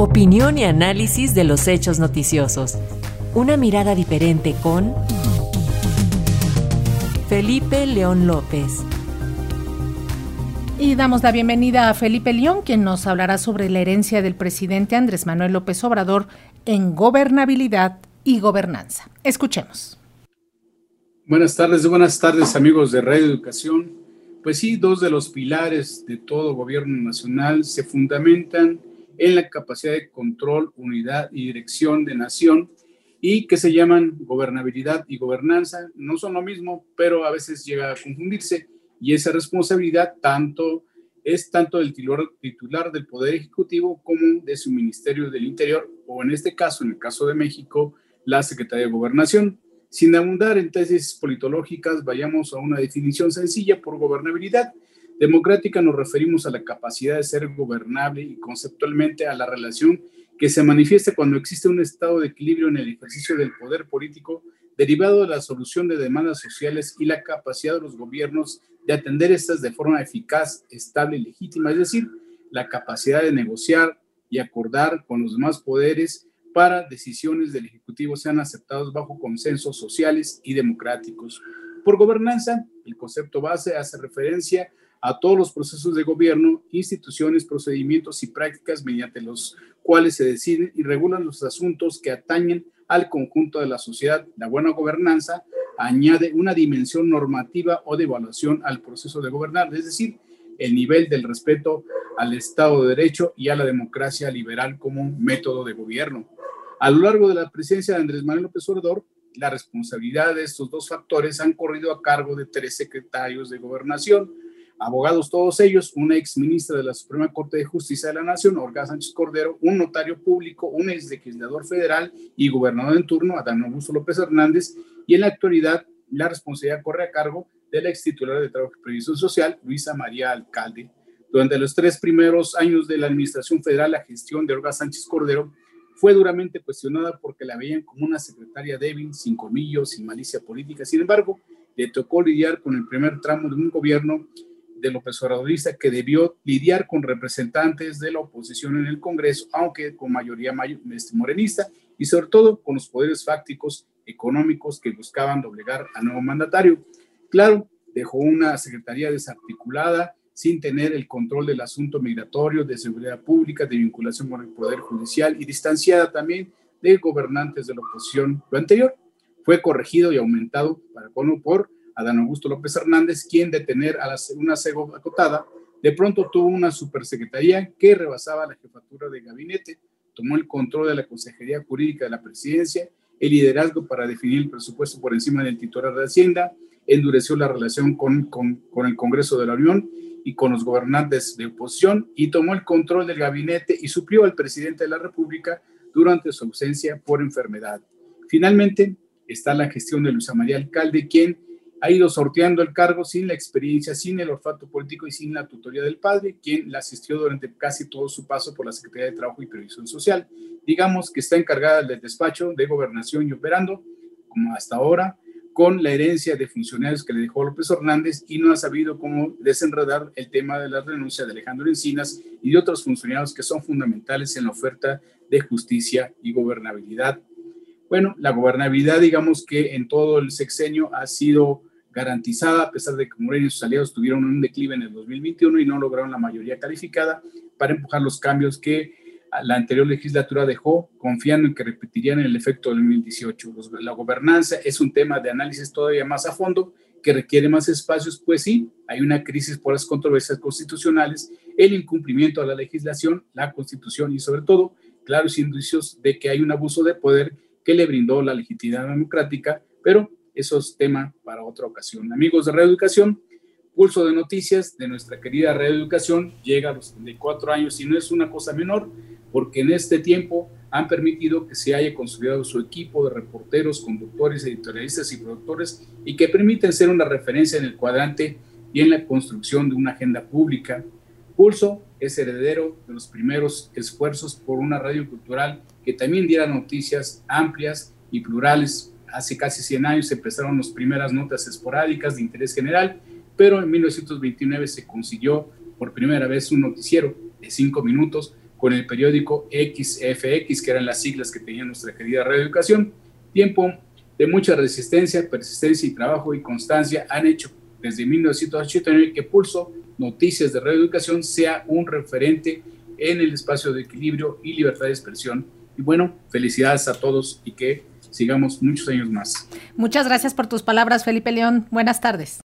Opinión y análisis de los hechos noticiosos. Una mirada diferente con Felipe León López. Y damos la bienvenida a Felipe León, quien nos hablará sobre la herencia del presidente Andrés Manuel López Obrador en gobernabilidad y gobernanza. Escuchemos. Buenas tardes amigos de Radio Educación. Pues sí, dos de los pilares de todo gobierno nacional se fundamentan en la capacidad de control, unidad y dirección de nación, y que se llaman gobernabilidad y gobernanza. No son lo mismo, pero a veces llega a confundirse, y esa responsabilidad es tanto del titular del Poder Ejecutivo como de su Ministerio del Interior, o en este caso, en el caso de México, la Secretaría de Gobernación. Sin abundar en tesis politológicas, vayamos a una definición sencilla. Por gobernabilidad democrática nos referimos a la capacidad de ser gobernable y conceptualmente a la relación que se manifiesta cuando existe un estado de equilibrio en el ejercicio del poder político derivado de la solución de demandas sociales y la capacidad de los gobiernos de atender estas de forma eficaz, estable y legítima, es decir, la capacidad de negociar y acordar con los demás poderes para decisiones del Ejecutivo sean aceptadas bajo consensos sociales y democráticos. Por gobernanza, el concepto base hace referencia a todos los procesos de gobierno, instituciones, procedimientos y prácticas mediante los cuales se deciden y regulan los asuntos que atañen al conjunto de la sociedad. La buena gobernanza añade una dimensión normativa o de evaluación al proceso de gobernar, es decir, el nivel del respeto al Estado de Derecho y a la democracia liberal como método de gobierno. A lo largo de la presidencia de Andrés Manuel López Obrador, la responsabilidad de estos dos factores han corrido a cargo de 3 secretarios de Gobernación, abogados todos ellos, una exministra de la Suprema Corte de Justicia de la Nación, Olga Sánchez Cordero, un notario público, un exlegislador federal y gobernador en turno, Adán Augusto López Hernández, y en la actualidad la responsabilidad corre a cargo de la extitular de Trabajo y Previsión Social, Luisa María Alcalde. Durante los 3 primeros años de la administración federal, la gestión de Olga Sánchez Cordero fue duramente cuestionada porque la veían como una secretaria débil, sin colmillos, sin malicia política. Sin embargo, le tocó lidiar con el primer tramo de un gobierno de López Obradorista que debió lidiar con representantes de la oposición en el Congreso, aunque con mayoría morenista, y sobre todo con los poderes fácticos económicos que buscaban doblegar al nuevo mandatario. Claro, dejó una secretaría desarticulada, sin tener el control del asunto migratorio, de seguridad pública, de vinculación con el Poder Judicial y distanciada también de gobernantes de la oposición. Lo anterior fue corregido y aumentado por Adán Augusto López Hernández, quien de tener una cego acotada, de pronto tuvo una supersecretaría que rebasaba la jefatura de gabinete, tomó el control de la Consejería Jurídica de la Presidencia, el liderazgo para definir el presupuesto por encima del titular de Hacienda, endureció la relación con el Congreso de la Unión y con los gobernantes de oposición, y tomó el control del gabinete y suplió al presidente de la República durante su ausencia por enfermedad. Finalmente está la gestión de Luisa María Alcalde, quien ha ido sorteando el cargo sin la experiencia, sin el olfato político y sin la tutoría del padre, quien la asistió durante casi todo su paso por la Secretaría de Trabajo y Previsión Social. Digamos que está encargada del despacho de gobernación y operando, como hasta ahora, con la herencia de funcionarios que le dejó López Hernández, y no ha sabido cómo desenredar el tema de la renuncia de Alejandro Encinas y de otros funcionarios que son fundamentales en la oferta de justicia y gobernabilidad. Bueno, la gobernabilidad, digamos que en todo el sexenio ha sido garantizada, a pesar de que Morena y sus aliados tuvieron un declive en el 2021 y no lograron la mayoría calificada para empujar los cambios que la anterior legislatura dejó, confiando en que repetirían el efecto del 2018. La gobernanza es un tema de análisis todavía más a fondo, que requiere más espacios, pues sí, hay una crisis por las controversias constitucionales, el incumplimiento a la legislación, la Constitución y sobre todo, claros indicios de que hay un abuso de poder que le brindó la legitimidad democrática, pero eso es tema para otra ocasión. Amigos de Radio Educación, pulso de noticias de nuestra querida Radio Educación llega a los 34 años y no es una cosa menor, porque en este tiempo han permitido que se haya consolidado su equipo de reporteros, conductores, editorialistas y productores, y que permiten ser una referencia en el cuadrante y en la construcción de una agenda pública. Pulso es heredero de los primeros esfuerzos por una radio cultural que también diera noticias amplias y plurales. Hace casi 100 años se empezaron las primeras notas esporádicas de interés general, pero en 1929 se consiguió por primera vez un noticiero de 5 minutos con el periódico XFX, que eran las siglas que tenía nuestra querida Radio Educación. Tiempo de mucha resistencia, persistencia y trabajo y constancia han hecho desde 1989 que Pulso Noticias de Radio Educación sea un referente en el espacio de equilibrio y libertad de expresión. Y bueno, felicidades a todos y que sigamos muchos años más. Muchas gracias por tus palabras, Felipe León. Buenas tardes.